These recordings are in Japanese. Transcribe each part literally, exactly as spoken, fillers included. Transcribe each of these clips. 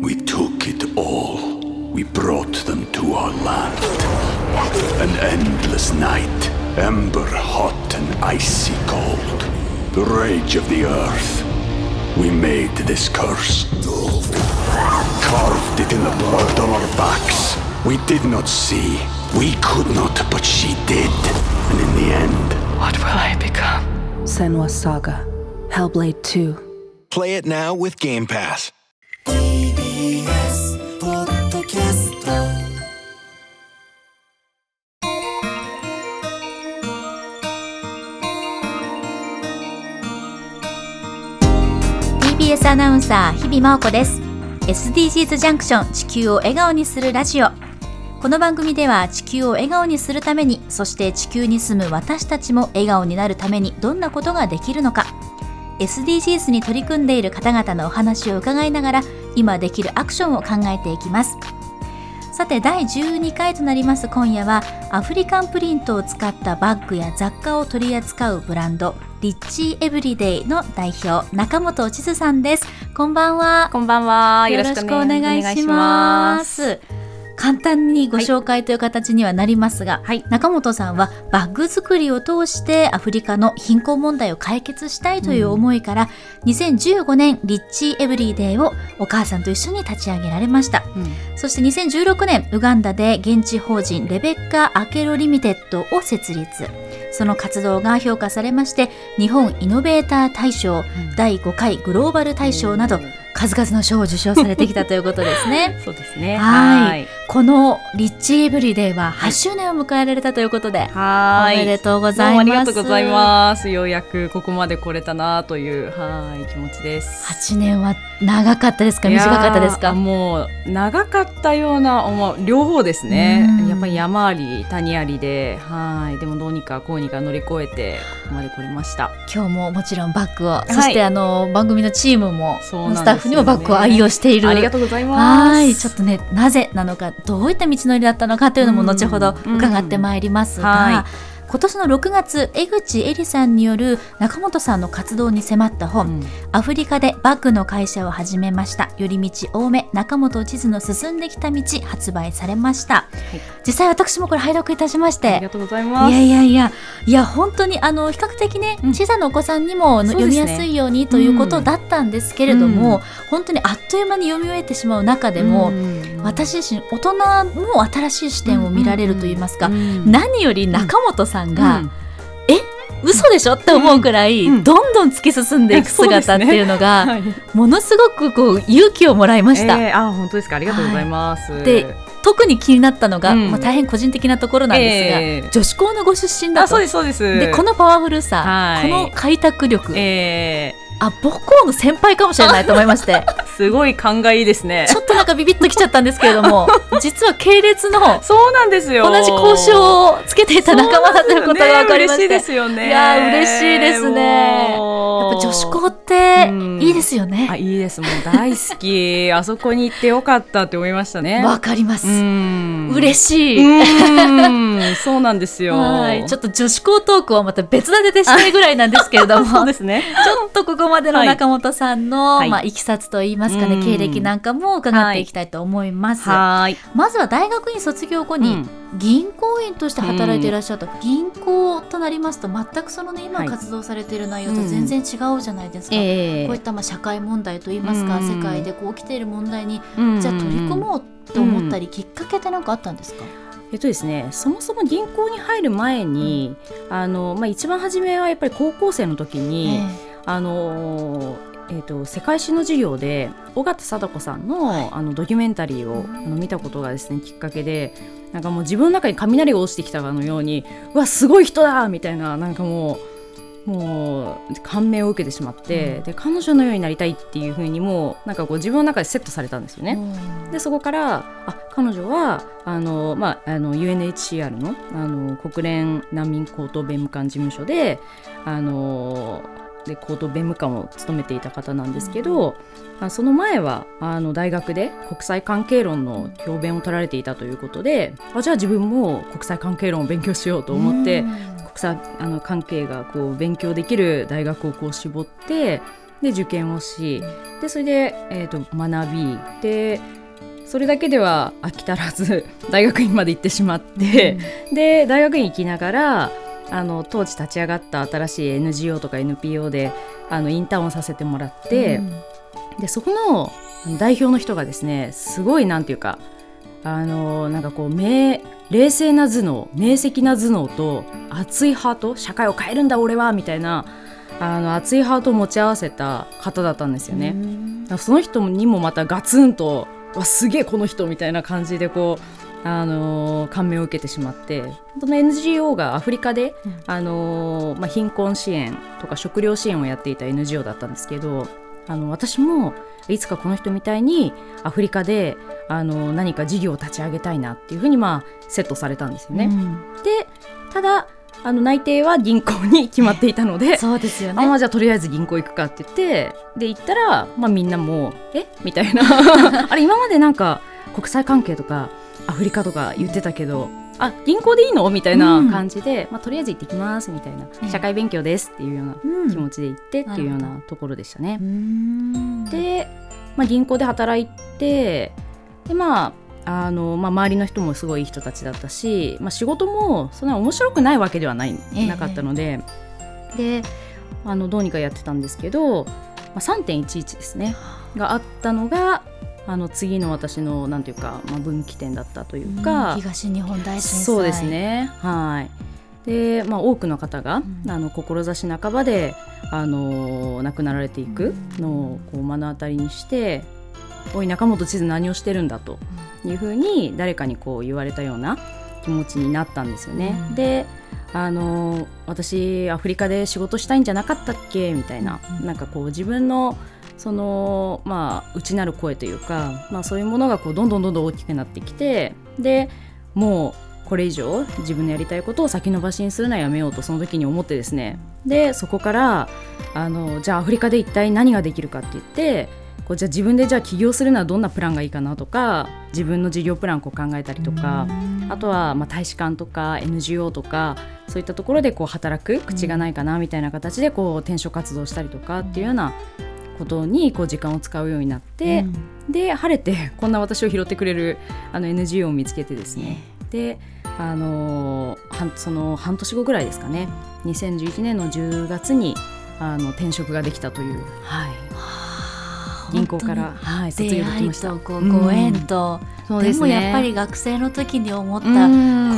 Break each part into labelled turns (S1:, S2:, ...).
S1: We took it all. We brought them to our land. An endless night, ember hot and icy cold. The rage of the earth. We made this curse. Carved it in the blood on our backs. We did not see. We could not, but she did. And in the end,
S2: what will I become?
S3: Senua's Saga. Hellblade two.
S4: Play it now with Game Pass.
S5: ティービーエス ポッドキャスト。
S6: ティービーエス アナウンサー日々真央子です。 エスディージーズ ジャンクション、地球を笑顔にするラジオ。この番組では地球を笑顔にするために、そして地球に住む私たちも笑顔になるためにどんなことができるのか、 エスディージーズ に取り組んでいる方々のお話を伺いながら、今できるアクションを考えていきます。さて、だいじゅうにかいとなります今夜は、アフリカンプリントを使ったバッグや雑貨を取り扱うブランドリッチーエブリデイの代表、中本千鶴さんです。こんばんは。
S7: こんばんは。
S6: よろしくお願いします。簡単にご紹介という形にはなりますが、はい、中本さんはバッグ作りを通してアフリカの貧困問題を解決したいという思いから、うん、にせんじゅうごねんリッチーエブリデイをお母さんと一緒に立ち上げられました、うん、そしてにせんじゅうろくねんウガンダで現地法人レベッカ・アケロリミテッドを設立。その活動が評価されまして、日本イノベーター大賞、うん、だいごかいグローバル大賞など、数々の賞を受賞されてきたということですね。
S7: そうですね。
S6: はいはい。このリッチーエブリデイははちしゅうねんを迎えられたということで、はい、おめでとうございます。
S7: ありがとうございます。ようやくここまで来れたなという、はい気持ちです。
S6: はちねんは長かったですか、短かったですか？
S7: もう長かったような、もう両方ですね。やっぱり山あり谷ありで、はいでもどうにかこうにか乗り越えてここまで来れました。
S6: 今日ももちろんバッグを、はい、そしてあの番組のチームも、
S7: そうなんですよね、
S6: スタッフにもバッグを愛用している。
S7: ありがとうございます。
S6: はいちょっとね、なぜなのか、どういった道のりだったのかというのも後ほど伺ってまいりますが、うんうんはい、今年のろくがつ、江口恵里さんによる中本さんの活動に迫った本、うん、アフリカでバッグの会社を始めました、寄り道多め中本千鶴の進んできた道、発売されました、はい、実際私もこれ拝読いたしまして、
S7: ありがとうございます。
S6: いやいやいやいや本当にあの比較的ね、うん、小さなお子さんにも読みやすいようにということだったんですけれども、うん、本当にあっという間に読み終えてしまう中でも、うん、私自身大人も新しい視点を見られるといいますか、うん、何より中本さんが、うん、え嘘でしょって思うくらい、うん、どんどん突き進んでいく姿っていうのが、ねはい、ものすごくこう勇気をもらいました、
S7: えー、あ本当ですか、ありがとうございます、はい、
S6: で特に気になったのが、うんまあ、大変個人的なところなんですが、えー、女子校のご出身だと。
S7: あそうですそうです。
S6: でこのパワフルさ、はい、この開拓力、えーあ母校の先輩かもしれないと思いまして
S7: すごい勘がいいですね。
S6: ちょっとなんかビビッときちゃったんですけれども実は系列の
S7: そうなんですよ、
S6: 同じ交渉をつけていた仲間だということが分かりまして、
S7: 嬉しいですよね。
S6: いや嬉しいですね。やっぱ女子校っていいですよね。
S7: あいいです、もう大好きあそこに行ってよかったって思いましたね。
S6: わかります。うん嬉しい。
S7: うんそうなんですよ。
S6: はいちょっと女子校トークはまた別立てでしたいぐらいなんですけれども
S7: そうですね、
S6: ちょっとここまでの中本さんの、はいまあ、いきさつといいますかね、経歴なんかも伺っていきたいと思います、はい、まずは大学院卒業後に銀行員として働いていらっしゃった、うん、銀行となりますと全くその、ね、今活動されている内容と全然違うじゃないですか、うんえー、こういったまあ社会問題といいますか、うん、世界でこう起きている問題に、うん、じゃあ取り組もうと思ったり、うん、きっかけって何かあったんですか？
S7: えっとですね、そもそも銀行に入る前に、うんあのまあ、一番初めはやっぱり高校生の時に、えーあのえー、と世界史の授業で緒方貞子さん の,、はい、あのドキュメンタリーを、うん、あの見たことがですねきっかけで、なんかもう自分の中に雷が落ちてきたかのように、うわすごい人だみたいな、なんかもうもう感銘を受けてしまって、うん、で彼女のようになりたいっていう風にもなんかこう自分の中でセットされたんですよね、うん、でそこからあ彼女はあの、まあ、あの ユーエヌエイチシーアール の, あの国連難民高等弁務官事務所であので高等弁務官を務めていた方なんですけど、うん、その前はあの大学で国際関係論の教鞭を取られていたということで、あじゃあ自分も国際関係論を勉強しようと思って、うん、国際あの関係がこう勉強できる大学をこう絞って、 で受験をし、でそれで、えー、と学びで、それだけでは飽き足らず大学院まで行ってしまって、うん、で大学院行きながらあの当時立ち上がった新しい エヌジーオー とか エヌピーオー であのインターンをさせてもらって、うん、でそこの代表の人がですね、すごいなんていうか、あのなんかこう明冷静な頭脳、明晰な頭脳と熱いハート、社会を変えるんだ俺はみたいなあの熱いハートを持ち合わせた方だったんですよね。その人にもまたガツンと、わすげえこの人みたいな感じでこう、あのー、感銘を受けてしまって、その エヌジーオー がアフリカで、うんあのーまあ、貧困支援とか食料支援をやっていた エヌジーオー だったんですけど、あの私もいつかこの人みたいにアフリカであの何か事業を立ち上げたいなっていうふうにまあセットされたんですよね、うん、でただあの内定は銀行に決まっていたので
S6: そうですよね。
S7: あ、まあ、じゃあとりあえず銀行行くかって言ってで行ったら、まあ、みんなもえみたいなあれ今までなんか国際関係とかアフリカとか言ってたけど、あ銀行でいいのみたいな感じで、うんまあ、とりあえず行ってきますみたいな、うん、社会勉強ですっていうような気持ちで行ってっていうようなところでしたね、うん、で、まあ、銀行で働いてで、まああのまあ、周りの人もすごいいい人たちだったし、まあ、仕事もそんな面白くないわけではない、えー、なかったので、であのどうにかやってたんですけど、まあ、さんてんいちいち ですねがあったのがあの次の私のなんていうか、まあ、分岐点だったというか、
S6: うん、東日本大震災。
S7: そうですね、はいで、まあ、多くの方が、うん、あの志半ばであの亡くなられていくのをこう目の当たりにして、うん、おい中本千鶴何をしてるんだというふうに誰かにこう言われたような気持ちになったんですよね、うん、であの私アフリカで仕事したいんじゃなかったっけみたいな、うん、なんかこう自分のそのまあ内なる声というか、まあ、そういうものがこうどんどんどんどん大きくなってきて、でもうこれ以上自分のやりたいことを先延ばしにするのはやめようとその時に思ってですね、でそこからあのじゃあアフリカで一体何ができるかって言って、こうじゃあ自分でじゃあ起業するのはどんなプランがいいかなとか、自分の事業プランをこう考えたりとか、あとはまあ大使館とか エヌジーオー とかそういったところでこう働く口がないかなみたいな形でこう転職活動したりとかっていうようなことにこう時間を使うようになって、うん、で晴れてこんな私を拾ってくれるあの エヌジーオー を見つけてですね、で、あのー、その半年後ぐらいですかね、にせんじゅういちねんのじゅうがつにあの転職ができたという、はい、銀行から、はい、卒業できました。
S6: 出会いとこうご縁と、うん、そうですね、でもやっぱり学生の時に思った、うん、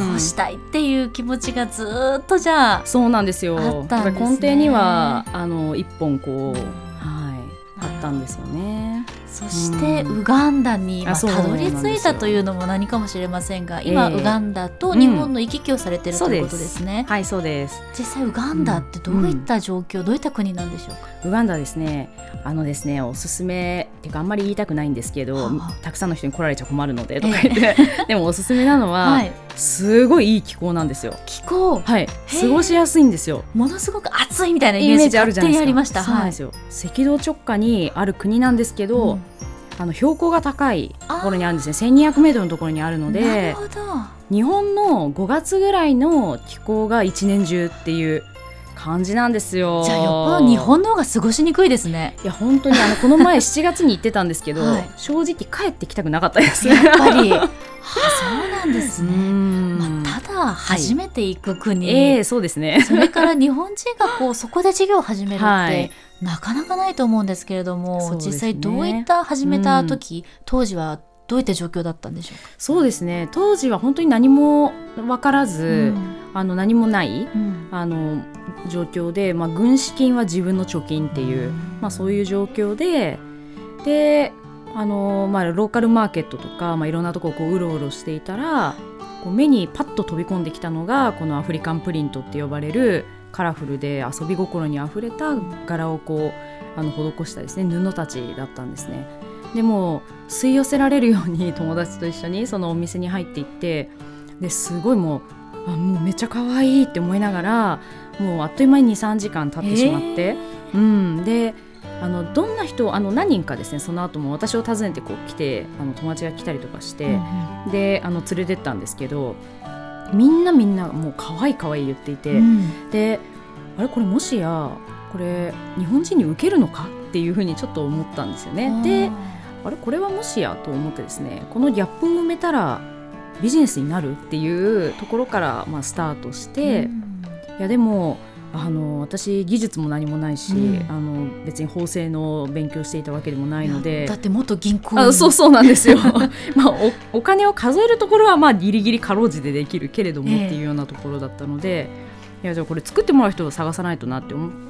S6: こうしたいっていう気持ちがずっとじゃあ
S7: そうなんですよ。
S6: あったんですね。
S7: 根底にはあの一本こう、うんあったんですよね。
S6: そしてウガンダに、まあ、たどり着いたというのも何かもしれませんが、今、えー、ウガンダと日本の行き来をされている、うん、ということですね。
S7: はい、そうです。
S6: 実際ウガンダってどういった状況、うん、どういった国なんでしょうか。
S7: ウガンダですね、あのですねおすすめっていうかあんまり言いたくないんですけど、はあ、たくさんの人に来られちゃ困るのでとか言って、えー、でもおすすめなのは、はい、すごいいい気候なんですよ。
S6: 気候、
S7: はい、過ごしやすいんですよ。
S6: ものすごく暑いみたいなイメージあるじゃないですか。ありました。
S7: そうなんですよ、はい、赤道直下にある国なんですけど、うん、あの標高が高いところにあるんですね。せんにひゃくメートルのところにあるので、
S6: なるほど、
S7: 日本のごがつぐらいの気候が一年中っていう感じなんですよ。
S6: じゃあよっぽど日本の方が過ごしにくいですね。
S7: いや本当にあのこの前しちがつに行ってたんですけど、はい、正直帰ってきたくなかったです。
S6: やっぱりあそうなんですね。まあ、ただ初めて行く国、
S7: はい、えー、そうですね。
S6: それから日本人がこうそこで事業を始めるって、はい、なかなかないと思うんですけれども、ね、実際どういった始めた時、当時はどういった状況だったんでしょうか。
S7: そうですね、当時は本当に何も分からず、うん、あの何もない、うん、あの状況で、まあ、軍資金は自分の貯金っていう、うんまあ、そういう状況で、であの、まあ、ローカルマーケットとか、まあ、いろんなところをこううろうろしていたら、こう目にパッと飛び込んできたのがこのアフリカンプリントって呼ばれるカラフルで遊び心にあふれた柄をこうあの施したですね布たちだったんですね。でも吸い寄せられるように友達と一緒にそのお店に入っていって、ですごいもうあもうめっちゃ可愛いって思いながら、もうあっという間に にさんじかん経ってしまって、うん、であのどんな人あの何人かですね、その後も私を訪ねてこう来て、あの友達が来たりとかして、うんうん、であの連れてったんですけど、みんなみんなもう可愛い可愛い言っていて、うん、であれこれもしやこれ日本人に受けるのかっていうふうにちょっと思ったんですよね。で、あれこれはもしやと思ってですね、このギャップを埋めたらビジネスになるっていうところから、まあ、スタートして、うん、いやでもあの私技術も何もないし、うん、あの別に法政の勉強していたわけでもないので、
S6: だって元銀行に
S7: あそうそうなんですよまあ お, お金を数えるところはまあギリギリかろうじてできるけれどもっていうようなところだったので、いやじゃあこれ作ってもらう人を探さないとなって思って、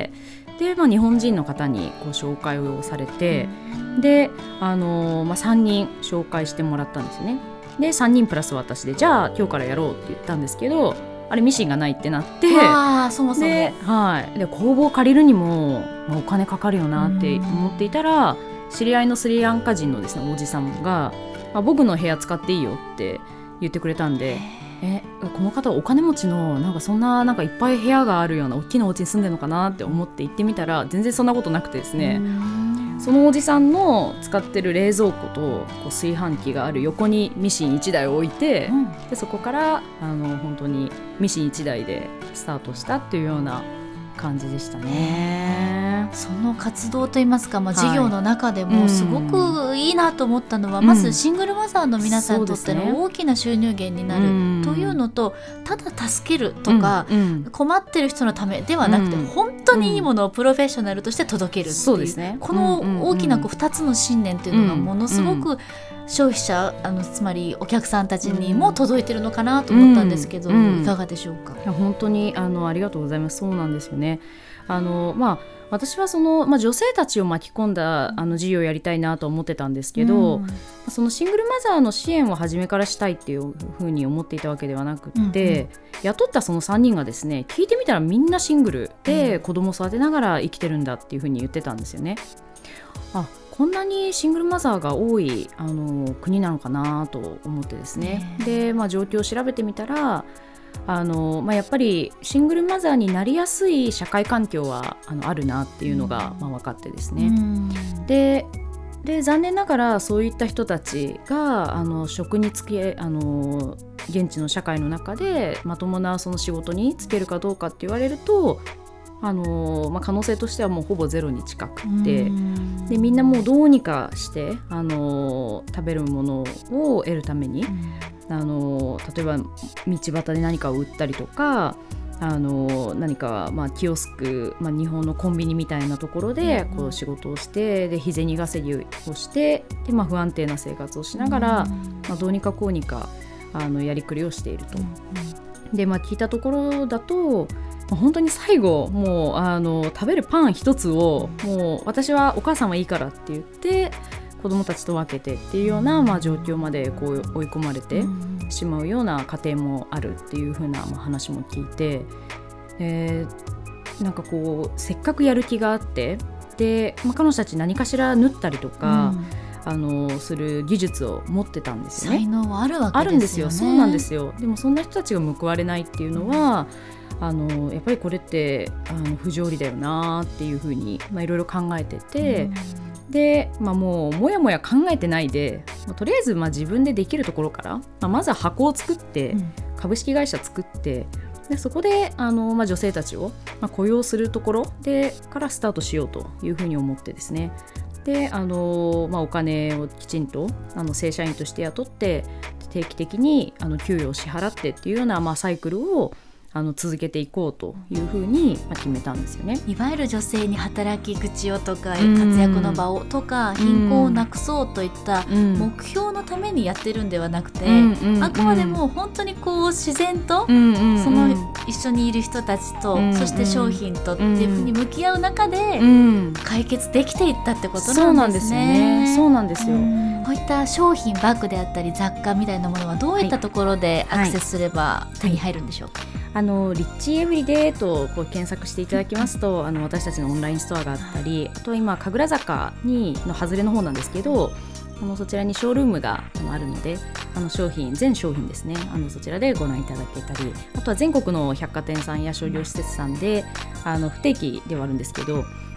S7: で、まあ、日本人の方にこう紹介をされて、うん、で、あのーまあ、さんにん紹介してもらったんですよね。でさんにんプラス私で、じゃあ今日からやろうって言ったんですけど、あれミシンがないってなって、
S6: あそもそも
S7: で、はい、で工房借りるにも、まあ、お金かかるよなって思っていたら、知り合いのスリランカ人のですねおじさんが、あ僕の部屋使っていいよって言ってくれたんで、えこの方お金持ちのなんかそんななんかいっぱい部屋があるような大きなお家に住んでるのかなって思って行ってみたら、全然そんなことなくてですね、そのおじさんの使ってる冷蔵庫とこう炊飯器がある横にミシンいちだい置いて、うん、でそこからあの本当にミシンいちだいでスタートしたっていうような感じでしたね。
S6: その活動といいますか、まあ、事業の中でもすごくいいなと思ったのは、はい、まずシングルマザーの皆さんにとっての大きな収入源になるというのと、ただ助けるとか、うん、困ってる人のためではなくて、うん、本当にいいものをプロフェッショナルとして届けるっていう、そうですね、この大きなこうふたつの信念というのがものすごく消費者、あのつまりお客さんたちにも届いてるのかなと思ったんですけど、うんうん、いかがでしょうか。
S7: いや本当に あのありがとうございます。そうなんですよね。あの、まあ、私はその、まあ、女性たちを巻き込んだあの事業をやりたいなと思ってたんですけど、うん、そのシングルマザーの支援を初めからしたいっていうふうに思っていたわけではなくって、うんうん、雇ったそのさんにんがですね、聞いてみたらみんなシングルで子供を育てながら生きてるんだっていうふうに言ってたんですよね。あこんなにシングルマザーが多いあの国なのかなと思ってですね、で、まあ、状況を調べてみたらあの、まあ、やっぱりシングルマザーになりやすい社会環境は あのあるなっていうのが、まあ、分かってですね、でで残念ながらそういった人たちがあの職に就けあの現地の社会の中でまともなその仕事に就けるかどうかって言われるとあのまあ、可能性としてはもうほぼゼロに近くて、でみんなもうどうにかしてあの食べるものを得るために、あの例えば道端で何かを売ったりとか、あの何か、まあ、キオスク、まあ、日本のコンビニみたいなところでこう仕事をして、で日銭稼ぎをしてで、まあ、不安定な生活をしながら、まあ、どうにかこうにかあのやりくりをしていると。で、まあ、聞いたところだと本当に最後もうあの食べるパン一つをもう私はお母さんはいいからって言って子どもたちと分けてっていうような、まあ、状況までこう追い込まれてしまうような家庭もあるっていう風な、まあ、話も聞いて、えー、なんかこうせっかくやる気があってで、まあ、彼女たち何かしら縫ったりとか、うん、あのする技術を持ってたんですよね。
S6: 才能はあるわけですよね。
S7: あるんですよ。そうなんですよ。でもそんな人たちが報われないっていうのは、うん、あのやっぱりこれってあの不条理だよなっていうふうにいろいろ考えてて、うん、で、まあ、もうもやもや考えてないで、まあ、とりあえずまあ自分でできるところから、まあ、まずは箱を作って、うん、株式会社作ってでそこであの、まあ、女性たちを、まあ、雇用するところでからスタートしようというふうに思ってですね、であの、まあ、お金をきちんとあの正社員として雇って定期的にあの給与を支払ってっていうような、まあ、サイクルをあの続けていこうというふうに決めたんですよね。
S6: いわゆる女性に働き口をとか活躍の場をとか貧困をなくそうといった目標のためにやってるんではなくて、あくまでも本当にこう自然とその一緒にいる人たちとそして商品とっていうふうに向き合う中で解決できていったってことなんですね。
S7: そうなんですよ。
S6: こういった商品バッグであったり雑貨みたいなものはどういったところでアクセスすれば手に入るんでしょうか。
S7: はいはい、あのリッチエブリデーとこう検索していただきますと、あの私たちのオンラインストアがあったり、あとは今神楽坂にの外れの方なんですけど、あのそちらにショールームがあるので、あの商品全商品ですね、あのそちらでご覧いただけたり、あとは全国の百貨店さんや商業施設さんであの不定期ではあるんですけど、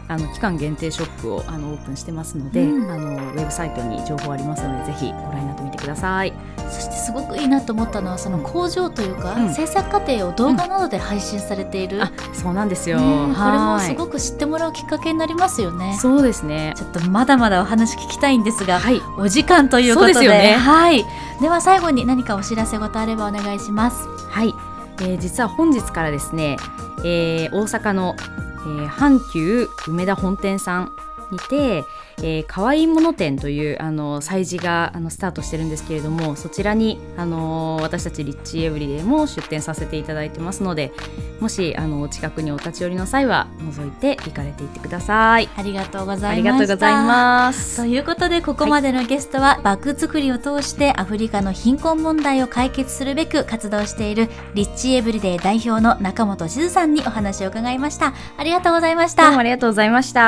S7: あの期間限定ショップをあのオープンしてますので、うん、あのウェブサイトに情報ありますのでぜひご覧になってみてください。
S6: そしてすごくいいなと思ったのはその工場というか、うん、制作過程を動画などで配信されている、うん、
S7: あそうなんですよ、
S6: ね、これもすごく知ってもらうきっかけになりますよね。
S7: そうですね。
S6: ちょっとまだまだお話聞きたいんですが、はい、お時間ということ
S7: で,
S6: で,
S7: すよ、ね
S6: はい、では最後に何かお知らせ事あればお願いします。
S7: はい、えー、実は本日からですね、えー、大阪の、えー、阪急梅田本店さんにて、えー、かわいいもの展というあの催事があのスタートしてるんですけれども、そちらにあの私たちリッチエブリデイも出展させていただいてますので、もしあのお近くにお立ち寄りの際は覗いて行かれていってください。
S6: ありがとうございました。
S7: ありがとうございます。
S6: ということでここまでのゲストは、はい、バッグ作りを通してアフリカの貧困問題を解決するべく活動しているリッチエブリデイ代表の中本千鶴さんにお話を伺いました。ありがとうございました。
S7: どうもありがとうございました。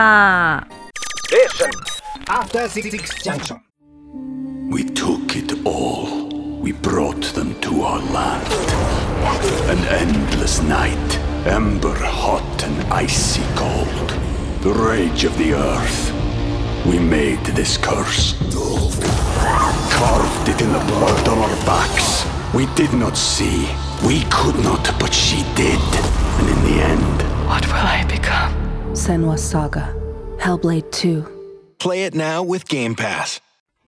S4: After Six Junction.
S1: We took it all. We brought them to our land. An endless night, ember hot and icy cold. The rage of the earth. We made this curse. Carved it in the blood on our backs. We did not see. We could not, but she did. And in the end, what will I become?
S3: Senua's Saga. Hellblade two.
S4: Play it now with Game Pass.